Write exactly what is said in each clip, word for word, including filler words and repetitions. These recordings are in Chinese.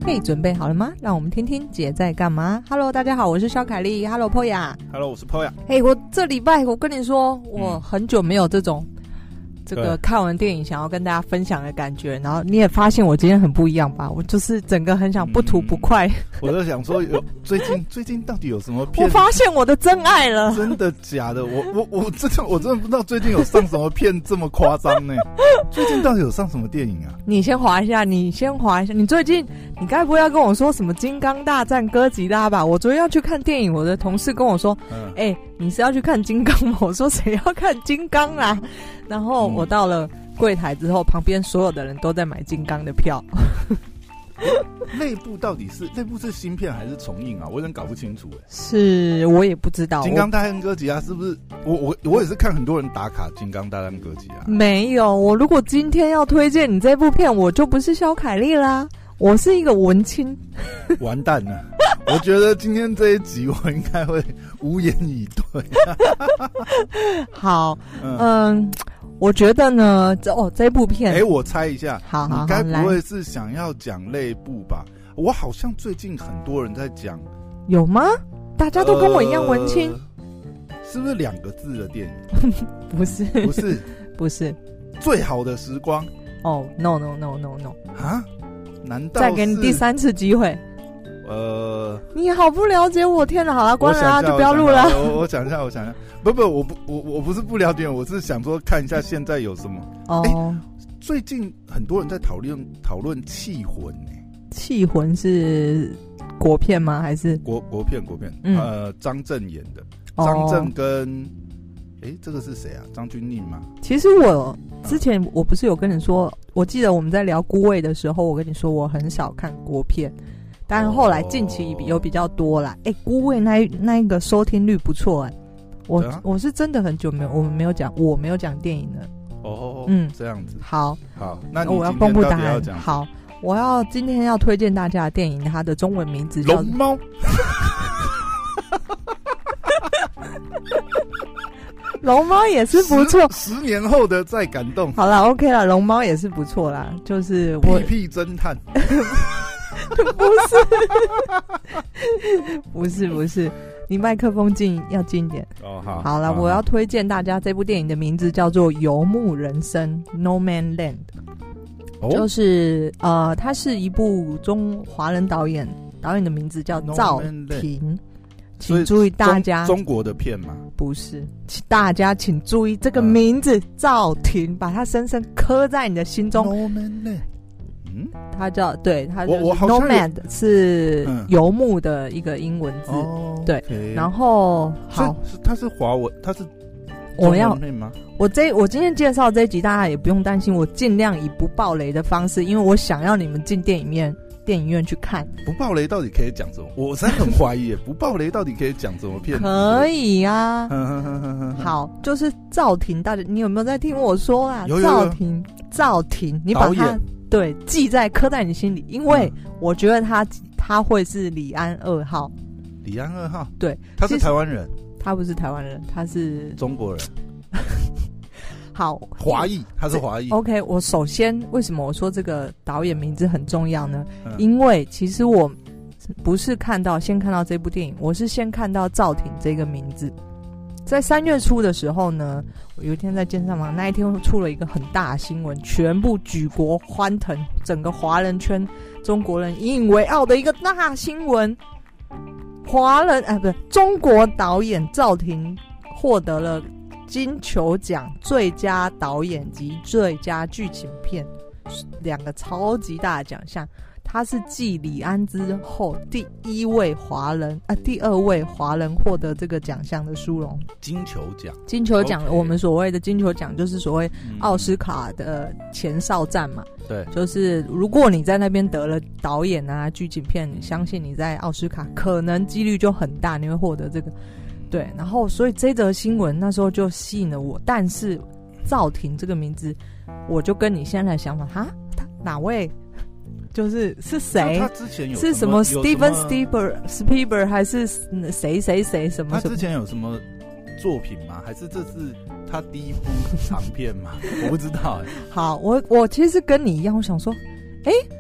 嘿，准备好了吗？让我们听听姐在干嘛。Hello， 大家好，我是肖凯丽。Hello， Poya。Hello， 我是 Poya。 嘿，我这礼拜我跟你说，我很久没有这种、嗯、这个看完电影想要跟大家分享的感觉。然后你也发现我今天很不一样吧？我就是整个很想不吐不快。嗯、 我在想说有，最近最近到底有什么片？ 我发现我的真爱了。 真的假的？我我我真的我真的不知道最近有上什么片这么夸张呢？最近到底有上什么电影啊？ 你先滑一下，你先滑一下。你最近，你该不会要跟我说什么《金刚大战哥吉拉》吧？我昨天要去看电影，我的同事跟我说：“哎、嗯欸，你是要去看金刚吗？”我说：“谁要看金刚啊？”然后我到了柜台之后，旁边所有的人都在买金刚的票。 那部到底是那部是新片还是重映啊？我有点搞不清楚哎、欸。 是我也不知道。 金刚大战哥吉拉是不是？我我我也是看很多人打卡金刚大战哥吉拉。 没有，我如果今天要推荐你这部片，我就不是肖凯丽啦，我是一个文青。 完蛋了！我觉得今天这一集我应该会无言以对。 好，嗯。嗯我觉得呢，这哦这部片， 哎、欸，我猜一下， 好好好， 你该不会是想要讲类部吧？我好像最近很多人在讲， 有吗？大家都跟我一样文青， 呃、是不是两个字的电影？ 不是， 不是， 不是， 最好的时光。 哦、oh, ，no no no no no， 啊？难道再给你第三次机会？ 呃， 你好不了解我，天哪！好了，关了啊，就不要录了。 我我想一下，我想一下，不不，我不我我不是不了解，我是想说看一下现在有什么。哦、欸，最近很多人在讨论讨论《气魂》呢。 气魂是国片吗？还是国国片？国片？嗯、呃，张震演的，张震跟哎、欸，这个是谁啊？张钧甯吗？ 其实我之前我不是有跟你说，我记得我们在聊孤味的时候，我跟你说我很少看国片。但是后来近期有比较多啦，哎、欸，孤味那那一个收听率不错哎、欸，我、啊、我是真的很久没有，我们没有讲，我没有讲电影了。 哦，嗯，这样子。 好， 好，那你我要公布答案。好，我要今天要推荐大家的电影，它的中文名字叫龙猫。 龙猫也是不错， 十年后的再感动。 好啦 OK 啦，龙猫也是不错啦，就是我屁屁侦探。 不是，不是，不是，你麦克风近要近一点。 哦，好， 好了，我要推荐大家这部电影的名字叫做《游牧人生》（No Man Land），、哦、就是呃，它是一部中华人导演，导演的名字叫赵婷。请注意，大家中, 中国的片吗？ 不是，大家请注意这个名字、嗯、赵婷，把它深深刻在你的心中。 No Man Land。 嗯，它叫对，它就是 nomad 是游牧的一个英文字， 嗯、 对。 Okay. 然后好， 它是华文，它是我要吗？ 我这我今天介绍这一集，大家也不用担心，我尽量以不爆雷的方式，因为我想要你们进电影院电影院去看。 不爆雷到底可以讲什么？我真的很怀疑，不爆雷到底可以讲什么片？ 可以啊。好，就是赵婷，大家你有没有在听我说啊？ 有有有赵婷，赵婷，你把它。对，记在刻在你心里，因为我觉得他他会是李安二号。 李安二号， 对， 他是台湾人， 他不是台湾人，他是中国人。 好， 华裔，他是华裔。 OK， 我首先为什么我说这个导演名字很重要呢？嗯、因为其实我不是看到先看到这部电影，我是先看到赵婷这个名字。在三月初的时候呢，我有一天在健身房，那一天出了一个很大的新闻，全部举国欢腾，整个华人圈中国人引以为傲的一个大新闻。华人哎，不是中国导演赵婷获得了金球奖最佳导演及最佳剧情片两个超级大的奖项。他是继李安之后第一位华人啊，第二位华人获得这个奖项的殊荣。 金球奖， 金球奖， okay. 我们所谓的金球奖就是所谓奥斯卡的前哨战嘛。 对、嗯， 就是如果你在那边得了导演啊、剧情片，你相信你在奥斯卡可能几率就很大，你会获得这个。对，然后所以这则新闻那时候就吸引了我，但是赵婷这个名字，我就跟你现在的想法，哈，哪位？就是是谁？ 他之前有是什么 Steven Spielberg Spielberg 还是谁谁谁什么？ 他之前有什么作品吗？还是这是他第一部长片吗？我不知道哎、欸。 好，我我其实跟你一样，我想说，哎、欸，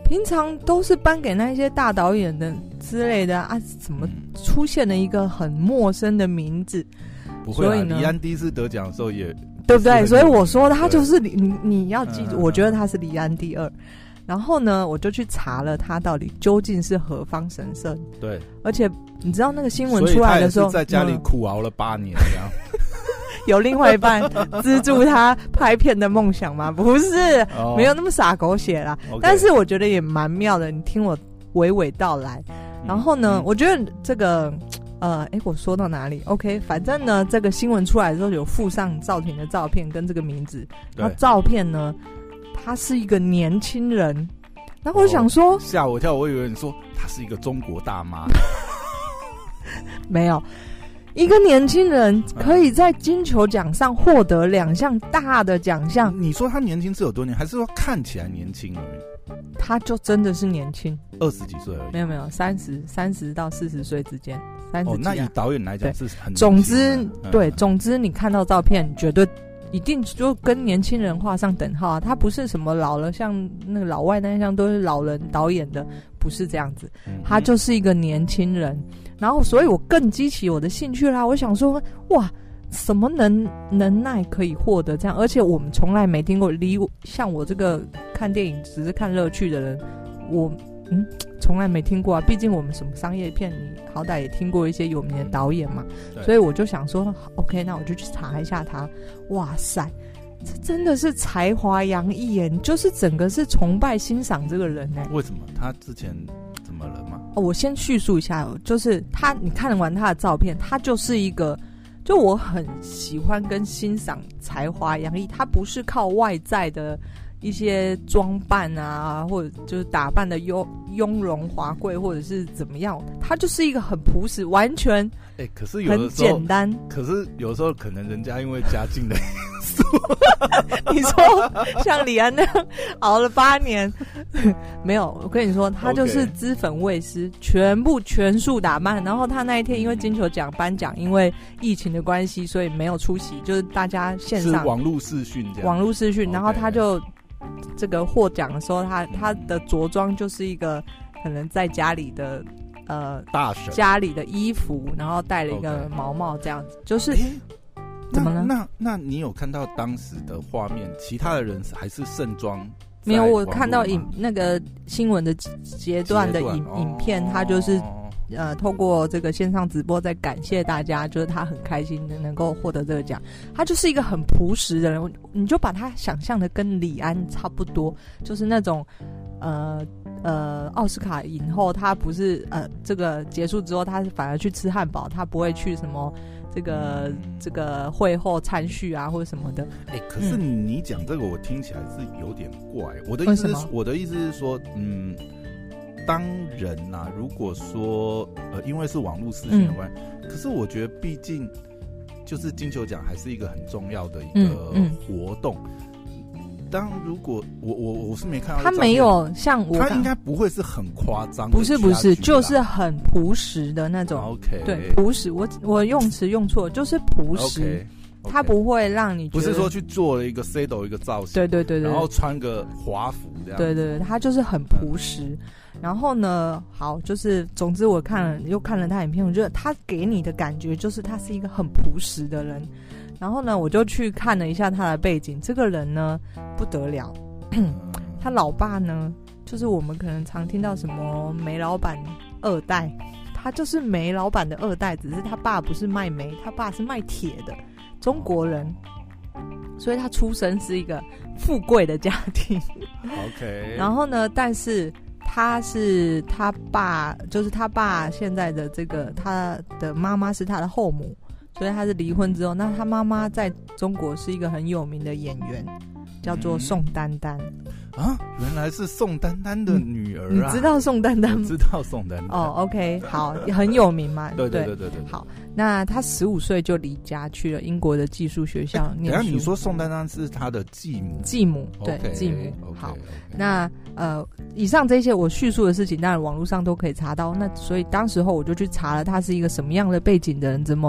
平常都是颁给那些大导演的之类的啊，怎么出现了一个很陌生的名字？ 不会啊，李安第一次得奖的时候也对不对？所以我说他就是你，你你要记住，我觉得他是李安第二。然后呢，我就去查了他到底究竟是何方神圣。 对， 而且你知道那个新闻出来的时候， 所以他也是在家里苦熬了八年，这样。 有另外一半资助他拍片的梦想吗？不是，哦、没有那么洒狗血啦。Okay. 但是我觉得也蛮妙的，你听我娓娓道来。然后呢，嗯、我觉得这个呃，哎，我说到哪里 ？OK， 反正呢，这个新闻出来的时候有附上赵婷的照片跟这个名字。然后照片呢，他是一个年轻人。然后我想说， 吓、哦、我一跳，我以为你说他是一个中国大妈。 没有。一个年轻人可以在金球奖上获得两项大的奖项、 嗯，你说他年轻是有多年，还是说看起来年轻而已？ 他就真的是年轻， 二十几岁而已。 没有没有，三十三十到四十岁之间，三十、啊。哦， 那以导演来讲是很年轻的。 总之，嗯、对，总之你看到照片，绝对一定就跟年轻人画上等号啊！他不是什么老了，像那个老外那样都是老人导演的，不是这样子，他就是一个年轻人。然后，所以我更激起我的兴趣啦！我想说，哇，什么能能耐可以获得这样？而且我们从来没听过，离我像我这个看电影只是看乐趣的人，我嗯从来没听过啊。毕竟我们什么商业片，你好歹也听过一些有名的导演嘛。所以我就想说 ，OK， 那我就去查一下他。哇塞，这真的是才华洋溢耶！你就是整个是崇拜欣赏这个人耶。 为什么？他之前怎么了吗？ 哦，我先叙述一下，就是他，你看完他的照片，他就是一个，就我很喜欢跟欣赏才华洋溢，他不是靠外在的一些装扮啊，或者就是打扮的雍雍容华贵，或者是怎么样，他就是一个很朴实，完全哎、欸，可是有的时候很简单。 可是有时候可能人家因为家境的因素， 你说像李安那样熬了八年，没有，我跟你说，他就是脂粉未施，全部全数打扮。然后他那一天因为金球奖颁奖，因为疫情的关系，所以没有出席，就是大家线上是网络视讯这样， 网络视讯，然后他就。这个获奖的时候，他他的着装就是一个可能在家里的呃大婶家里的衣服，然后戴了一个毛帽这样子， okay. 就是怎么了？ 那 那, 那你有看到当时的画面？其他的人还是盛装？ 没有，我看到影那个新闻的阶段的影、哦、影片，他就是。呃，透过这个线上直播在感谢大家，就是他很开心的能够获得这个奖。他就是一个很朴实的人，你就把他想象的跟李安差不多，就是那种呃呃奥斯卡影后，他不是呃这个结束之后，他反而去吃汉堡，他不会去什么这个这个会后餐叙啊或者什么的。 哎、欸，可是你讲这个，我听起来是有点怪。我的意思是，我的意思是说，嗯。当人呐、啊，如果说呃，因为是网络视讯的关系、嗯，可是我觉得毕竟就是金球奖还是一个很重要的一个活动。嗯嗯、当如果我我我是没看到， 他没有像我， 他应该不会是很夸张， 不是不是，就是很朴实的那种。 OK， 对，朴实，我我用词用错，就是朴实。Okay, okay. 他不会让你觉得不是说去做了一个 settle 一个造型， 对对对对， 然后穿个华服这样， 对对对，他就是很朴实。嗯然后呢，好，就是总之我看了又看了他影片，我觉得他给你的感觉就是他是一个很朴实的人。然后呢，我就去看了一下他的背景，这个人呢不得了，他老爸呢就是我们可能常听到什么煤老板二代，他就是煤老板的二代，只是他爸不是卖煤，他爸是卖铁的中国人，所以他出生是一个富贵的家庭。 OK， 然后呢，但是。他是他爸，就是他爸现在的这个，他的妈妈是他的后母，所以他是离婚之后，那他妈妈在中国是一个很有名的演员，叫做宋丹丹。 嗯、啊，原来是宋丹丹的女儿啊！ 你知道宋丹丹吗？ 我知道宋丹丹。 哦 ，OK， 好，很有名嘛。 对对对对 对, 对。 好，那他十五岁就离家去了英国的寄宿学校念书。 等一下你说宋丹丹是他的继母？ 继母，对， okay, 继母。 Okay, 好， okay. 那呃，以上这些我叙述的事情，当然网络上都可以查到。那所以当时候我就去查了，他是一个什么样的背景的人，怎么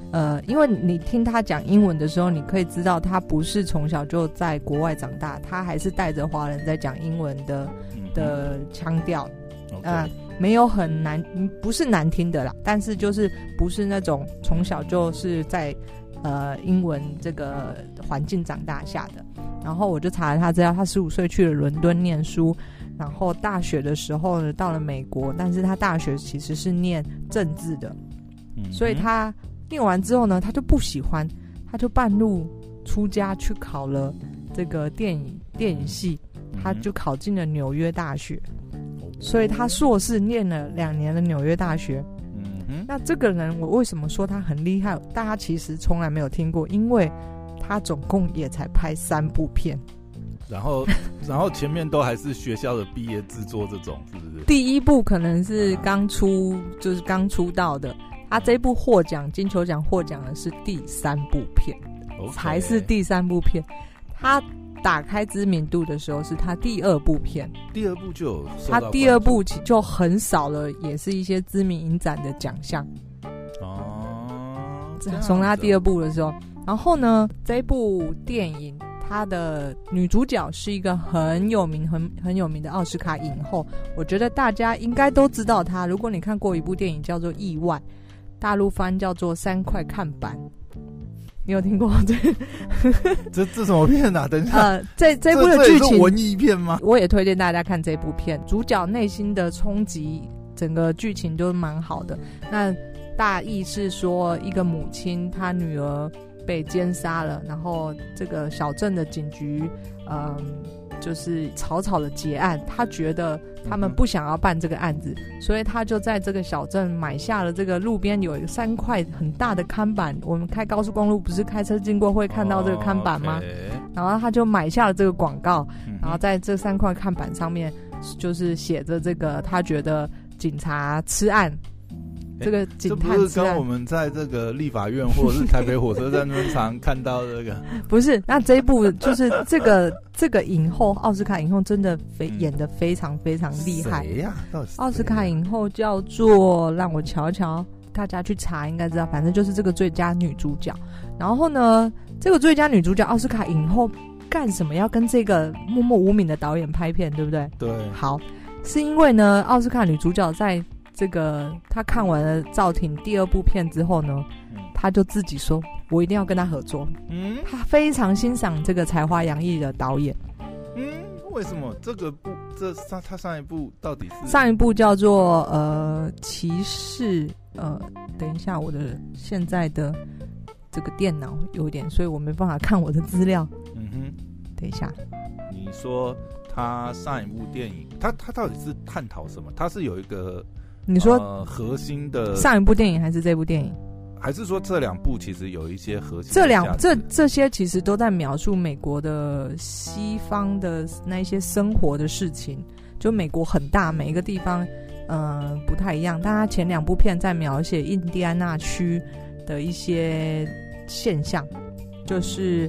呃，因为你听他讲英文的时候，你可以知道他不是从小就在国外长大，他还是带着华人在讲英文的的腔调，呃， okay. 没有很难，不是难听的啦，但是就是不是那种从小就是在呃英文这个环境长大下的。然后我就查了他资料，他十五岁去了伦敦念书，然后大学的时候呢到了美国，但是他大学其实是念政治的，嗯、所以他念完之后呢，他就不喜欢，他就半路出家去考了这个电影电影系，他就考进了纽约大学，所以他硕士念了两年的纽约大学。嗯、那这个人我为什么说他很厉害？大家其实从来没有听过，因为他总共也才拍三部片， 然后然后前面都还是学校的毕业制作，这种是不是？ 第一部可能是刚出、啊、就是刚出道的，他这部获奖金球奖获奖的是第三部片、okay. 才是第三部片。他打开知名度的时候是他第二部片， 第二部就有受到他第二部就很少了，也是一些知名影展的奖项哦。 从他第二部的时候，然后呢，这部电影它的女主角是一个很有名、很很有名的奥斯卡影后，我觉得大家应该都知道她。如果你看过一部电影叫做《意外》，大陆翻叫做《三块看板》，你有听过这这这什么片啊？等一下， 呃，这这部的剧情这是文艺片吗？ 我也推荐大家看这部片，主角内心的冲击，整个剧情都蛮好的。那大意是说，一个母亲她女儿被奸杀了，然后这个小镇的警局嗯，就是草草的结案，他觉得他们不想要办这个案子，所以他就在这个小镇买下了这个路边有一个三块很大的看板，我们开高速公路不是开车经过会看到这个看板吗、oh, okay. 然后他就买下了这个广告，然后在这三块看板上面就是写着这个他觉得警察吃案，这个警探， 这不是跟我们在这个立法院或者是台北火车站那边常看到这个？ 不是，那这一部就是这个这个影后，奥斯卡影后真的非、嗯、演得非常非常厉害。 谁呀、啊？ 奥斯卡影后叫做，让我瞧瞧，大家去查应该知道，反正就是这个最佳女主角。然后呢，这个最佳女主角奥斯卡影后干什么要跟这个默默无名的导演拍片，对不对？ 对。 好，是因为呢，奥斯卡女主角在这个他看完了赵婷第二部片之后呢，嗯、他就自己说我一定要跟他合作。嗯，他非常欣赏这个才华洋溢的导演。 嗯，为什么这个部这上他上一部到底是上一部叫做呃骑士呃等一下我的现在的这个电脑有点，所以我没办法看我的资料。嗯哼，等一下， 你说他上一部电影他他到底是探讨什么？他是有一个你说、 呃、核心的上一部电影还是这部电影？ 还是说这两部其实有一些核心的？ 这两这这些其实都在描述美国的西方的那一些生活的事情。就美国很大，每一个地方呃不太一样。但他前两部片在描写印第安纳区的一些现象，就是、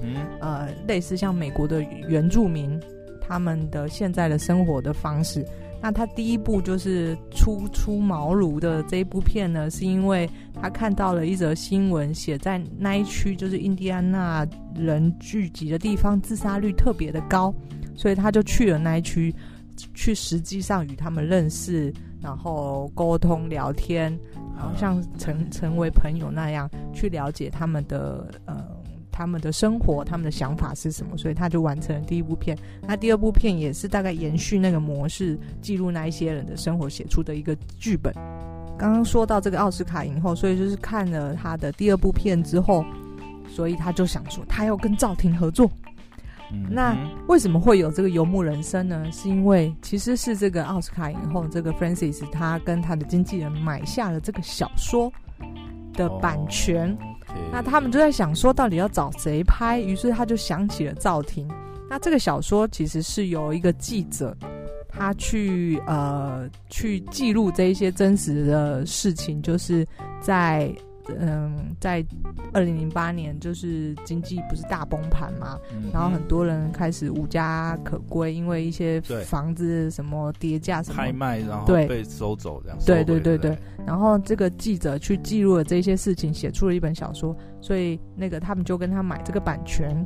嗯、呃类似像美国的原住民他们的现在的生活的方式。那他第一部就是初出茅庐的这一部片呢，是因为他看到了一则新闻，写在那一区就是印第安纳人聚集的地方，自杀率特别的高，所以他就去了那一区，去实际上与他们认识，然后沟通聊天，然后像成成为朋友那样去了解他们的呃他们的生活，他们的想法是什么，所以他就完成了第一部片。那第二部片也是大概延续那个模式，记录那一些人的生活，写出的一个剧本。刚刚说到这个奥斯卡影后，所以就是看了他的第二部片之后，所以他就想说他要跟赵婷合作。嗯、那为什么会有这个游牧人生呢？是因为其实是这个奥斯卡影后这个 Francis 他跟他的经纪人买下了这个小说的版权、哦那他们就在想说到底要找谁拍，于是他就想起了赵婷。那这个小说其实是由一个记者他去呃去记录这一些真实的事情，就是在嗯，在二零零八年就是经济不是大崩盘嘛、嗯，然后很多人开始无家可归，因为一些房子什么跌价什么拍卖，然后被收走这样。 对对对对。然后这个记者去记录了这些事情，写出了一本小说，所以那个他们就跟他买这个版权。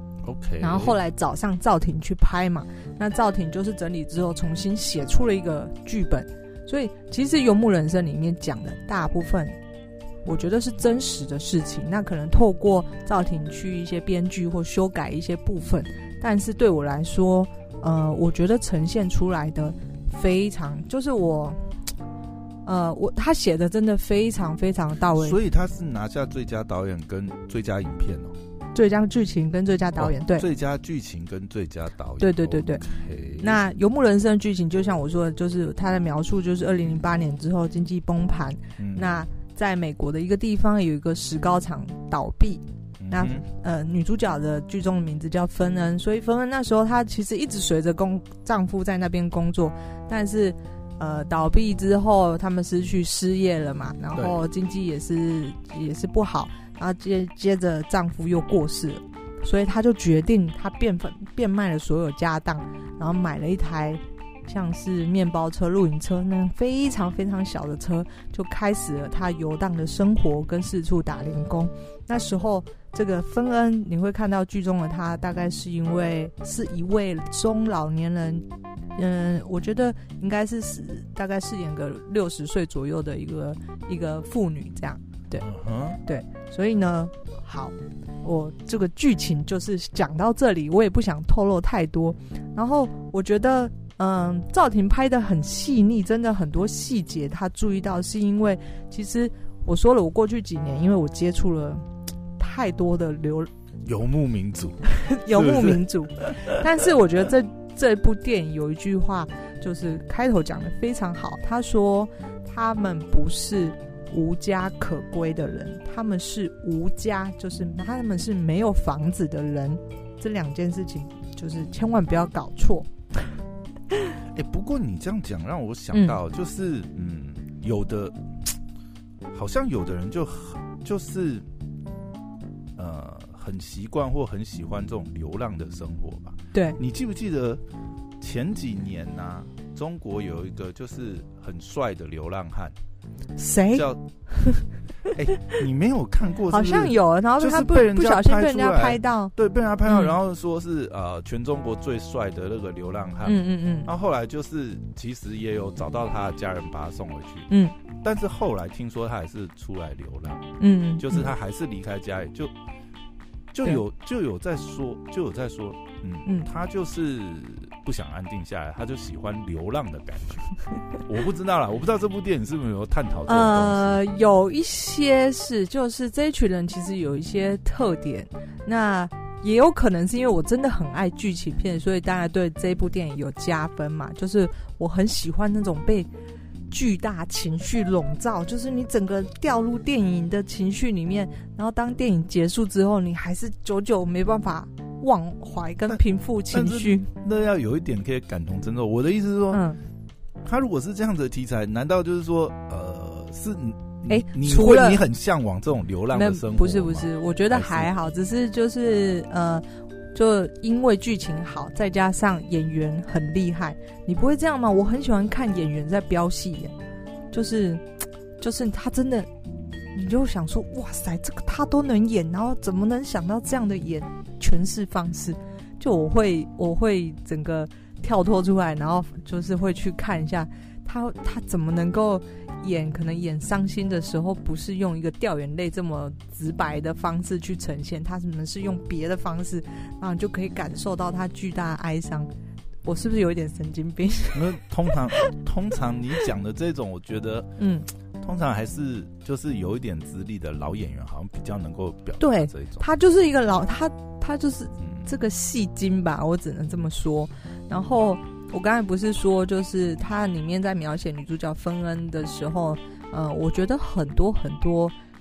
OK。 然后后来找上赵婷去拍嘛，那赵婷就是整理之后重新写出了一个剧本。所以其实《游牧人生》里面讲的大部分我觉得是真实的事情，那可能透过赵婷去一些编剧或修改一些部分，但是对我来说呃，我觉得呈现出来的非常就是我呃，我他写的真的非常非常到位， 所以他是拿下最佳导演跟最佳影片哦， 最佳剧情跟最佳导演、哦、对， 最佳剧情跟最佳导演， 对对对对、okay、那《游牧人生》的剧情就像我说的，就是他的描述就是二零零八年之后经济崩盘、嗯、那在美国的一个地方有一个石膏厂倒闭、嗯、那呃，女主角的剧中的名字叫芬恩，所以芬恩那时候她其实一直随着公丈夫在那边工作，但是呃，倒闭之后他们失去失业了嘛，然后经济也是也是不好，然后接接着丈夫又过世了，所以她就决定她变粉变卖了所有家当，然后买了一台像是面包车、露营车那样非常非常小的车，就开始了她游荡的生活，跟四处打零工。那时候这个芬恩你会看到剧中的她大概是因为是一位中老年人，嗯，我觉得应该是大概饰演个六十岁左右的一个一个妇女这样，对、uh-huh. 对，所以呢，好，我这个剧情就是讲到这里，我也不想透露太多。然后我觉得，嗯，赵婷拍得很细腻，真的很多细节她注意到，是因为其实我说了，我过去几年因为我接触了太多的流游牧民族， 游牧民族，但是我觉得这。这部电影有一句话就是开头讲的非常好，他说他们不是无家可归的人，他们是无家，就是他们是没有房子的人，这两件事情就是千万不要搞错。 欸，不过你这样讲让我想到就是嗯，嗯有的好像有的人就就是呃很习惯或很喜欢这种流浪的生活吧。 对， 你记不记得前几年啊，中国有一个就是很帅的流浪汉， 谁叫哎、欸，你没有看过是不是？ 好像有，然后他不、就是、不小心被人家拍到， 对，被人家拍到、嗯，然后说是呃全中国最帅的那个流浪汉， 嗯嗯嗯， 然后后来就是其实也有找到他的家人把他送回去， 嗯， 但是后来听说他还是出来流浪， 嗯， 就是他还是离开家里，就就有就有在说，就有在说。嗯嗯，他就是不想安定下来，他就喜欢流浪的感觉。我不知道啦，我不知道这部电影是不是有探讨这种东西。 呃，有一些是，就是这一群人其实有一些特点，那也有可能是因为我真的很爱剧情片，所以当然对这部电影有加分嘛。就是我很喜欢那种被巨大情绪笼罩，就是你整个掉入电影的情绪里面，然后当电影结束之后，你还是久久没办法忘怀跟平复情绪， 那要有一点可以感同身受。我的意思是说，嗯，他如果是这样子的题材，难道就是说，呃，是哎，你会你很向往这种流浪的生活吗？ 不是不是，我觉得还好，只是就是呃，就因为剧情好，再加上演员很厉害，你不会这样吗？我很喜欢看演员在飙戏耶，就是就是他真的。你就想说，哇塞，这个他都能演，然后怎么能想到这样的演诠释方式？就我会，我会整个跳脱出来，然后就是会去看一下他，他怎么能够演，可能演伤心的时候，不是用一个掉眼泪这么直白的方式去呈现，他可能是用别的方式，然后你就可以感受到他巨大的哀伤。我是不是有一点神经病？ 因为通常，通常你讲的这种，我觉得，嗯。通常还是就是有一点资历的老演员，好像比较能够表达这一种。 他就是一个老，他他就是这个戏精吧，我只能这么说。然后我刚才不是说，就是他里面在描写女主角芬恩的时候，呃，我觉得很多很多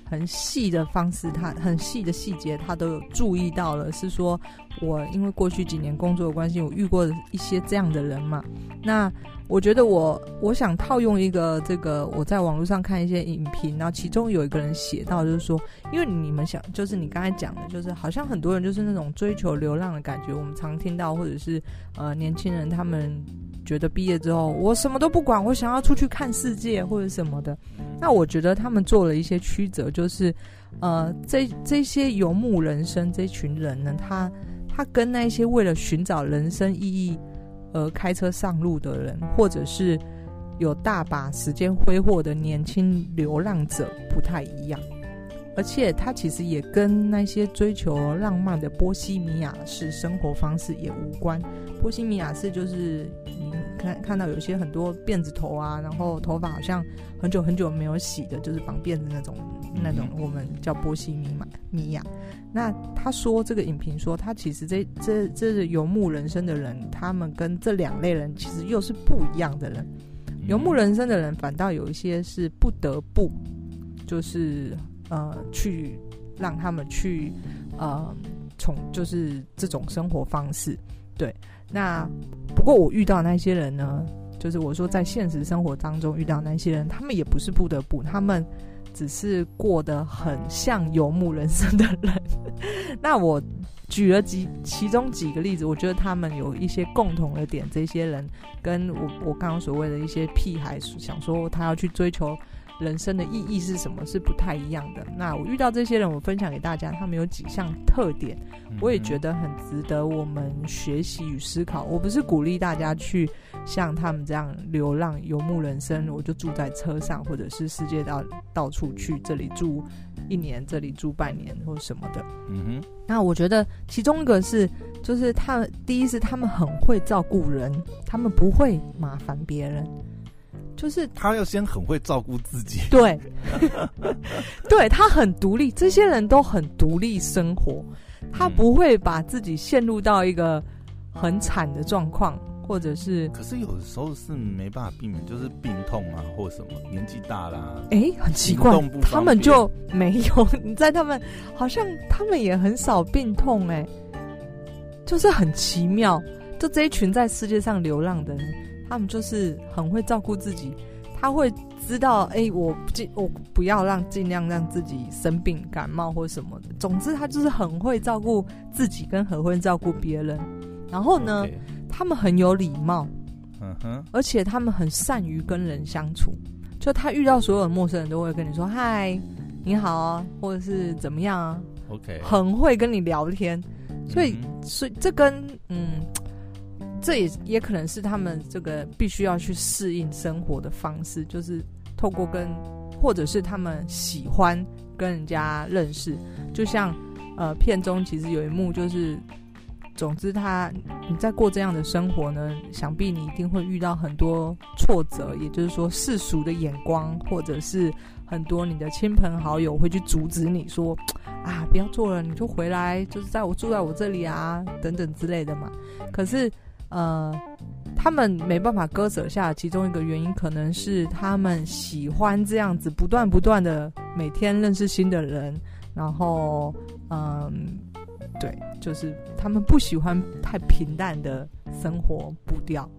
很细的方式，他很细的细节他都有注意到了，是说我因为过去几年工作的关系，我遇过一些这样的人嘛。那我觉得我我想套用一个这个，我在网络上看一些影评，然后其中有一个人写到，就是说，因为你们想，就是你刚才讲的，就是好像很多人就是那种追求流浪的感觉，我们常听到，或者是呃年轻人他们觉得毕业之后我什么都不管，我想要出去看世界或者什么的。那我觉得他们做了一些曲折，就是呃这这些游牧人生这群人呢，他他跟那些为了寻找人生意义而开车上路的人，或者是有大把时间挥霍的年轻流浪者不太一样，而且他其实也跟那些追求浪漫的波西米亚式生活方式也无关。波西米亚式就是你看看到有些很多辫子头啊，然后头发好像很久很久没有洗的，就是绑辫子那种那种我们叫波西米亚。那他说这个影评说，他其实这这这是游牧人生的人，他们跟这两类人其实又是不一样的人。游牧人生的人反倒有一些是不得不，就是呃去让他们去呃从就是这种生活方式。对，那不过我遇到那些人呢，就是我说在现实生活当中遇到那些人，他们也不是不得不，他们只是过得很像游牧人生的人。那我举了几其中几个例子，我觉得他们有一些共同的点，这些人跟我我刚刚所谓的一些屁孩想说他要去追求人生的意义是什么是不太一样的。那我遇到这些人，我分享给大家，他们有几项特点，我也觉得很值得我们学习与思考。我不是鼓励大家去像他们这样流浪游牧人生，我就住在车上，或者是世界到到处去，这里住一年，这里住半年或什么的。嗯哼。那我觉得其中一个是，就是他们第一是他们很会照顾人，他们不会麻烦别人。就是他要先很会照顾自己， 对，对，他很独立，这些人都很独立生活，他不会把自己陷入到一个很惨的状况，或者是， 可是有的时候是没办法避免，就是病痛啊，或什么年纪大啦， 哎、欸，很奇怪，他们就没有，你在他们好像他们也很少病痛、欸，哎，就是很奇妙，就这一群在世界上流浪的人。他们就是很会照顾自己，他会知道，哎、欸，我我不要让尽量让自己生病、感冒或什么的。总之，他就是很会照顾自己，跟很会照顾别人。然后呢， okay. 他们很有礼貌，嗯哼，而且他们很善于跟人相处。就他遇到所有的陌生人都会跟你说嗨，你好啊，或者是怎么样啊 ，OK， 很会跟你聊天。所以，嗯、所以这跟嗯。这也也可能是他们这个必须要去适应生活的方式，就是透过跟，或者是他们喜欢跟人家认识。就像呃片中其实有一幕就是，总之他你在过这样的生活呢，想必你一定会遇到很多挫折，也就是说世俗的眼光，或者是很多你的亲朋好友会去阻止你说啊不要做了，你就回来，就是在我住在我这里啊等等之类的嘛。可是呃，他们没办法割舍下，其中一个原因可能是他们喜欢这样子不断不断的每天认识新的人，然后嗯，对，就是他们不喜欢太平淡的生活步调。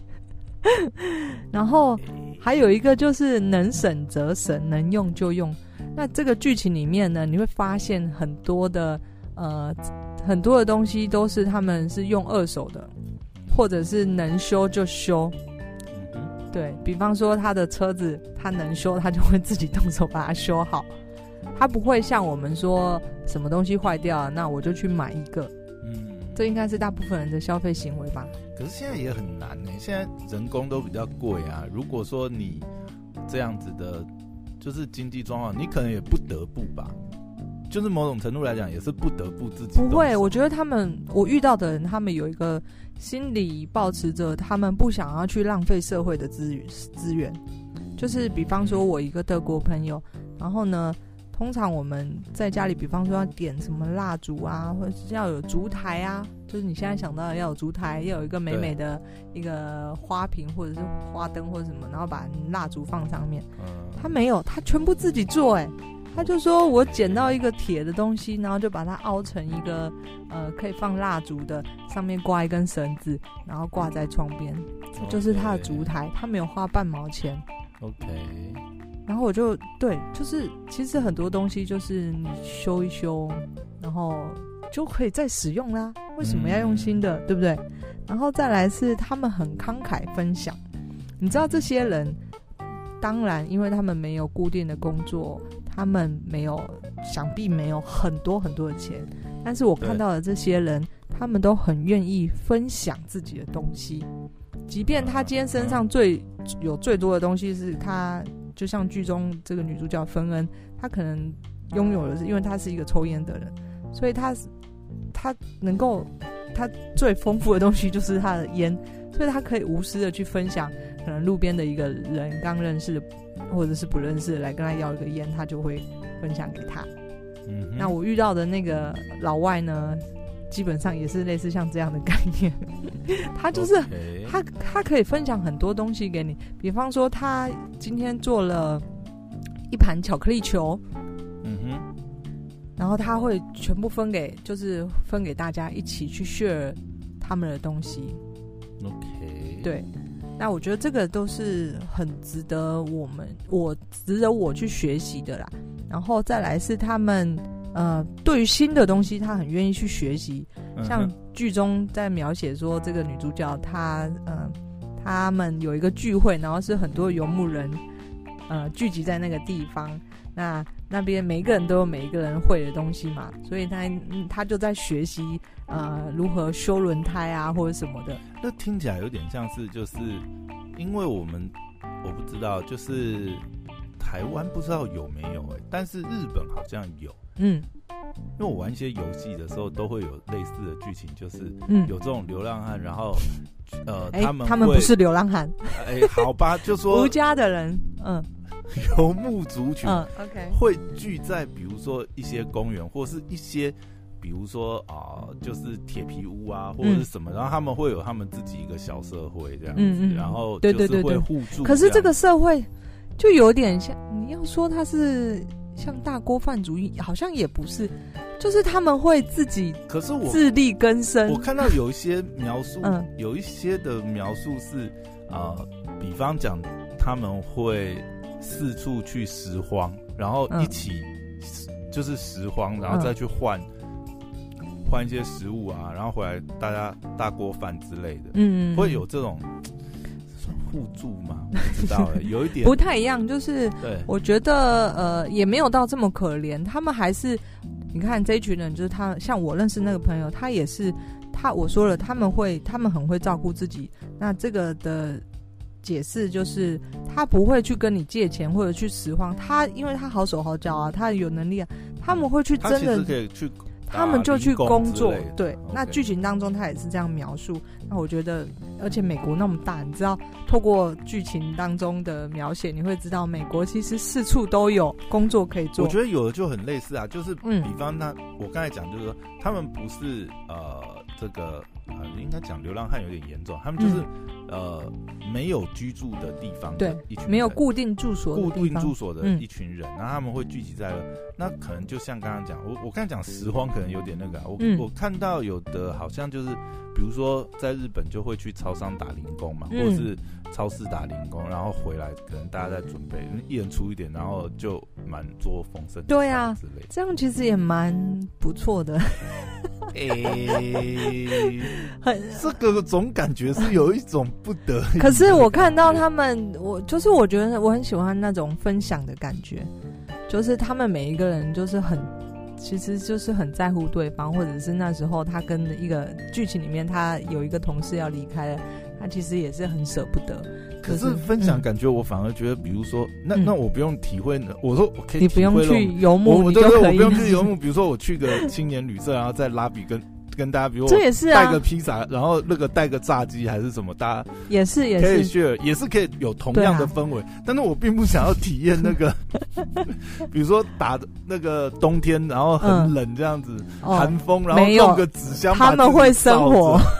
然后还有一个就是能省则省，能用就用。那这个剧情里面呢，你会发现很多的呃很多的东西都是他们是用二手的。或者是能修就修，对，比方说他的车子他能修，他就会自己动手把它修好，他不会像我们说什么东西坏掉了，那我就去买一个。嗯，这应该是大部分人的消费行为吧。 可是现在也很难耶，现在人工都比较贵啊。如果说你这样子的，就是经济状况，你可能也不得不吧。就是某种程度来讲，也是不得不自己。 不会，我觉得他们，我遇到的人，他们有一个心理抱持着，他们不想要去浪费社会的资资源。就是比方说，我一个德国朋友，然后呢，通常我们在家里，比方说要点什么蜡烛啊，或者是要有烛台啊，就是你现在想到的要有烛台，要有一个美美的一个花瓶或者是花灯或者什么，然后把蜡烛放上面。嗯、他没有，他全部自己做、欸，哎。 他就说我捡到一个铁的东西，然后就把它凹成一个呃可以放蜡烛的，上面挂一根绳子，然后挂在窗边，这就是他的烛台，他没有花半毛钱。 OK。 然后我就对，就是其实很多东西就是你修一修，然后就可以再使用啦。为什么要用新的，嗯、对不对？然后再来是他们很慷慨分享，你知道这些人，当然因为他们没有固定的工作，他们没有，想必没有很多很多的钱，但是我看到的这些人，他们都很愿意分享自己的东西，即便他今天身上最有最多的东西是他。就像剧中这个女主角芬恩，她可能拥有的是，因为她是一个抽烟的人，所以她她能够，她最丰富的东西就是她的烟，所以她可以无私的去分享，可能路边的一个人刚认识或者是不认识来跟她要一个烟，她就会分享给他。嗯，那我遇到的那个老外呢，基本上也是类似像这样的概念，他就是、okay. 他他可以分享很多东西给你，比方说他今天做了一盘巧克力球，嗯哼，然后他会全部分给，就是分给大家一起去 share 他们的东西。 OK， 对，那我觉得这个都是很值得我们，我值得我去学习的啦。然后再来是他们。呃，对于新的东西，他很愿意去学习。像剧中在描写说，这个女主角她，呃，他们有一个聚会，然后是很多游牧人，呃，聚集在那个地方。那那边每一个人都有每一个人会的东西嘛，所以他嗯他就在学习，呃，如何修轮胎啊，或者什么的。 那听起来有点像是，就是因为我们我不知道，就是台湾不知道有没有哎、欸，但是日本好像有。嗯，因为我玩一些游戏的时候，都会有类似的剧情，就是有这种流浪汉，然后呃， 欸、 他们他们不是流浪汉， 哎、欸，好吧，就说无家的人，嗯， 游牧族群， 嗯 ，OK， 会聚在比如说一些公园，或是一些比如说啊、呃，就是铁皮屋啊，或者是什么、嗯，然后他们会有他们自己一个小社会这样子，嗯嗯然后就是会互助。 可是这个社会就有点像，你要说它是。像大锅饭主义好像也不是，就是他们会自己可是我自力更生。 我看到有一些描述，嗯、有一些的描述是呃，比方讲他们会四处去拾荒，然后一起、嗯、就是拾荒，然后再去换换、嗯、一些食物啊，然后回来大家大锅饭之类的，嗯，会有这种。互助吗？我不知道了，有一点不太一样。就是我觉得呃，也没有到这么可怜。他们还是你看这一群人，就是他，像我认识那个朋友，他也是他我说了，他们会，他们很会照顾自己。那这个的解释就是，他不会去跟你借钱或者去拾荒，他因为他好手好脚啊，他有能力啊，他们会去真的， 他其实可以去。 他们就去工作，对。Okay. 那剧情当中他也是这样描述。那我觉得，而且美国那么大，你知道，透过剧情当中的描写，你会知道美国其实四处都有工作可以做。 我觉得有的就很类似啊，就是比方那、嗯、我刚才讲就是说，他们不是呃这个呃应该讲流浪汉有点严重，他们就是、嗯、呃没有居住的地方的一群人， 没有固定住所的地方， 固定住所的一群人，然后他们会聚集在了，那可能就像刚刚讲，我我刚才讲拾荒可能有点那个、啊，我、嗯、我看到有的好像就是，比如说在日本就会去超商打零工嘛，嗯、或者是超市打零工，然后回来可能大家在准备，一人出一点，然后就满桌丰盛， 对啊，之类的，这样其实也蛮不错的。 欸、这个总感觉是有一种不得已。 可是我看到他们，我就是我觉得我很喜欢那种分享的感觉，就是他们每一个人就是很，其实就是很在乎对方，或者是那时候他跟一个剧情里面他有一个同事要离开了，他其实也是很舍不得。 可是分享感觉，我反而觉得，比如说，嗯、那那我不用体会，我说我可以体会， 你不用去游牧， 我你就可以。 我不用去游牧，比如说我去个青年旅社，然后在拉比跟跟大家，比如这也是啊， 带个披萨，然后那个带个炸鸡还是什么，大家也是也是可以 share， 也是可以有同样的氛围、啊。但是我并不想要体验那个，比如说打那个冬天，然后很冷这样子，嗯、寒风，然后弄个纸箱， 他们会生活。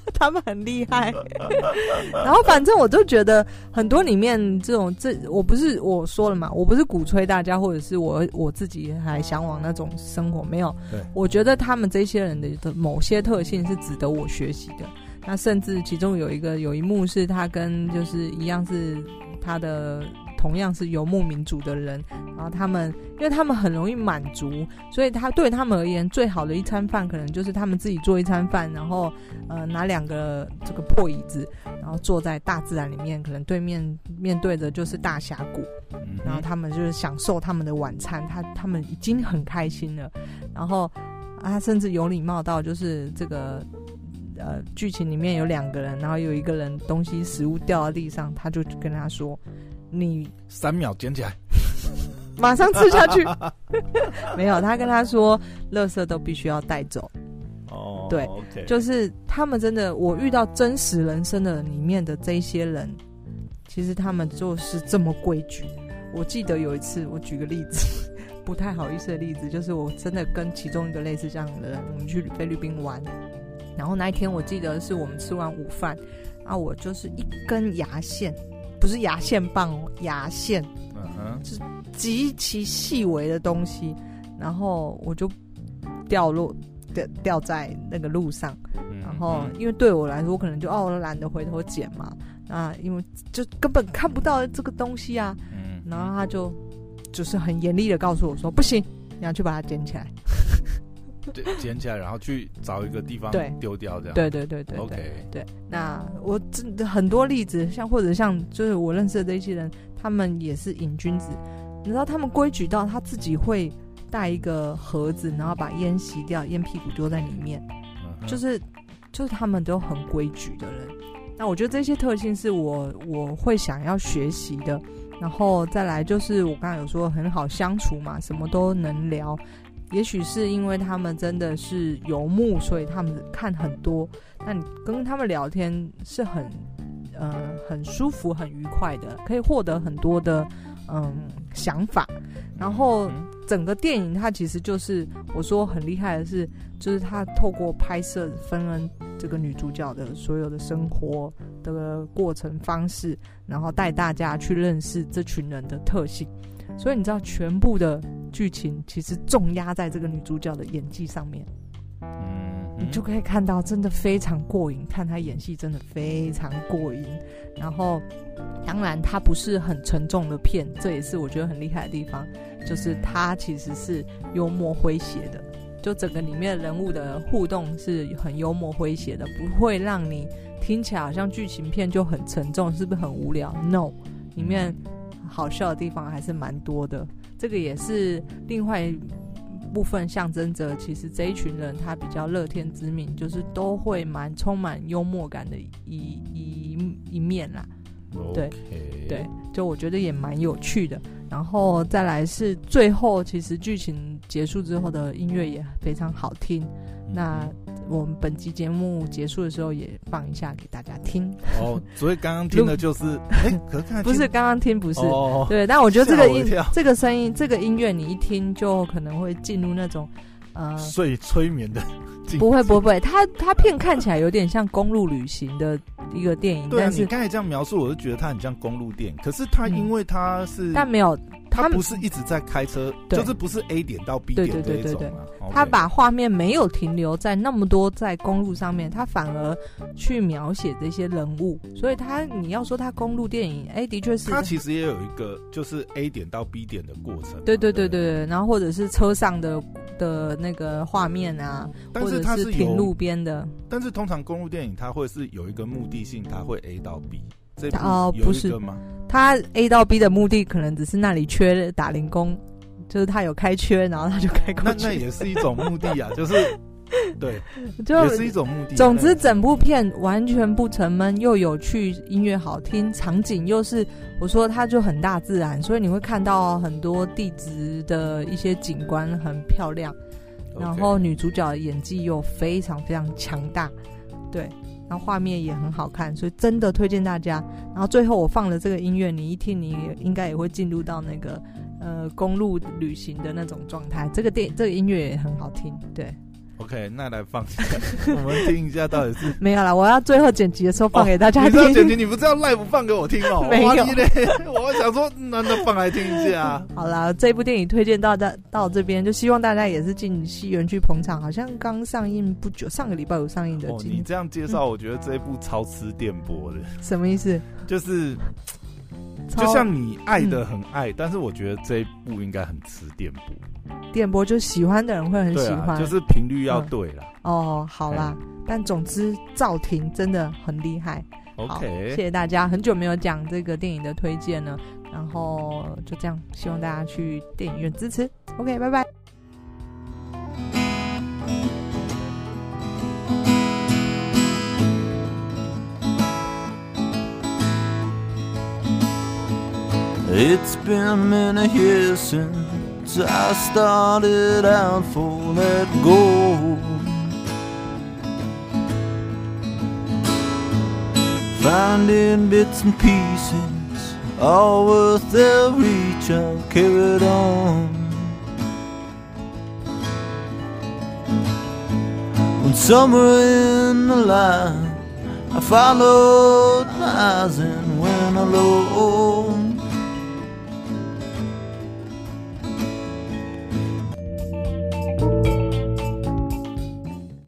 他们很厉害。然后反正我就觉得很多里面这种这我不是我说了嘛，我不是鼓吹大家，或者是我我自己还向往那种生活，没有。我觉得他们这些人的某些特性是值得我学习的。那甚至其中有一个有一幕是他跟就是一样是他的同样是游牧民族的人，然后他们因为他们很容易满足，所以他对他们而言最好的一餐饭可能就是他们自己做一餐饭，然后呃拿两个这个破椅子，然后坐在大自然里面，可能对面面对着就是大峡谷，然后他们就是享受他们的晚餐，他他们已经很开心了。然后啊，甚至有礼貌到就是这个呃剧情里面有两个人，然后有一个人东西食物掉到地上，他就跟他说你三秒捡起来马上吃下去没有，他跟他说垃圾都必须要带走。哦，对、okay. 就是他们真的，我遇到真实人生的里面的这些人，其实他们就是这么规矩。我记得有一次我举个例子不太好意思的例子，就是我真的跟其中一个类似这样的人，我们去菲律宾玩，然后那一天我记得是我们吃完午饭啊，我就是一根牙线，不是牙线棒哦，牙线，嗯哼，就是极其细微的东西，然后我就掉落掉掉在那个路上，然后因为对我来说，我可能就哦，我懒得回头捡嘛，那因为就根本看不到这个东西啊，然后他就就是很严厉的告诉我说，不行，你要去把它捡起来。 对，捡起来，然后去找一个地方丢掉，这样。 对对对对对 ，OK。 对，那我真的很多例子，像或者像就是我认识的这些人，他们也是瘾君子。你知道他们规矩到他自己会带一个盒子，然后把烟吸掉，烟屁股丢在里面，嗯、就是就是他们都很规矩的人。那我觉得这些特性是我我会想要学习的。然后再来就是我刚才有说很好相处嘛，什么都能聊。也许是因为他们真的是游牧，所以他们看很多，那你跟他们聊天是很呃很舒服很愉快的，可以获得很多的嗯想法。然后整个电影它其实就是我说很厉害的是，就是他透过拍摄芬恩这个女主角的所有的生活的过程方式，然后带大家去认识这群人的特性。所以你知道全部的剧情其实重压在这个女主角的演技上面，嗯，你就可以看到真的非常过瘾，看她演戏真的非常过瘾。然后当然她不是很沉重的片，这也是我觉得很厉害的地方，就是她其实是幽默诙谐的，就整个里面人物的互动是很幽默诙谐的，不会让你听起来好像剧情片就很沉重，是不是很无聊？ No， 里面好笑的地方还是蛮多的。这个也是另外一部分象征着其实这一群人他比较乐天知命，就是都会蛮充满幽默感的一一一面啦。对、okay. 对，就我觉得也蛮有趣的。然后再来是最后其实剧情结束之后的音乐也非常好听，那我们本集节目结束的时候也放一下给大家听。哦， 所以刚刚听的就是哎，可是看不是刚刚听不是、哦、对，但我觉得这个音这个声音这个音乐你一听就可能会进入那种呃睡催眠的。 不会不会不会，它它片看起来有点像公路旅行的一个电影。 对啊， 但是你刚才这样描述我就觉得它很像公路电影，可是它因为它是、 嗯、但没有他不是一直在开车，就是不是 A 点到 B 点这一种、啊、对对对对对， 他把画面没有停留在那么多在公路上面，他反而去描写这些人物，所以他你要说他公路电影，哎，的确是他其实也有一个就是 A 点到 B 点的过程。 对对对对对，然后或者是车上的的那个画面啊， 但是它是或者是停路边的。 但是通常公路电影它会是有一个目的性，它会 A 到 B。 哦，不是，他 A 到 B 的目的可能只是那里缺打零工，就是他有开缺，然后他就开过去。 那那也是一种目的啊，就是对， 就也是一种目的。 总之，整部片完全不沉闷，又有趣，音乐好听，场景又是我说它就很大自然，所以你会看到很多地质的一些景观很漂亮， okay. 然后女主角的演技又非常非常强大，对。然后画面也很好看，所以真的推荐大家。然后最后我放了这个音乐，你一听你应该也会进入到那个呃公路旅行的那种状态。这个电这个音乐也很好听，对。 OK， 那来放一下，我们听一下到底是没有啦，我要最后剪辑的时候放给大家听。 哦、你知道剪辑，你不是要 live 放给我听哦？ 没有， 我想说，那那放来听一下。 好啦，这部电影推荐到到到这边，就希望大家也是进戏院去捧场。好像刚上映不久，上个礼拜有上映的。 哦，你这样介绍，我觉得这一部超吃电波的。 什么意思？ 就是。就像你爱的很爱、嗯，但是我觉得这一部应该很吃电波。 电波就喜欢的人会很喜欢， 啊、就是频率要对啦、 嗯。哦，好啦，但总之赵婷真的很厉害。 OK， 谢谢大家，很久没有讲这个电影的推荐了，然后就这样，希望大家去电影院支持。OK， 拜拜。 It's been many years since I started out for that goal, finding bits and pieces, all worth their reach, I'll carry it on. When somewhere in the line I followed my eyes and went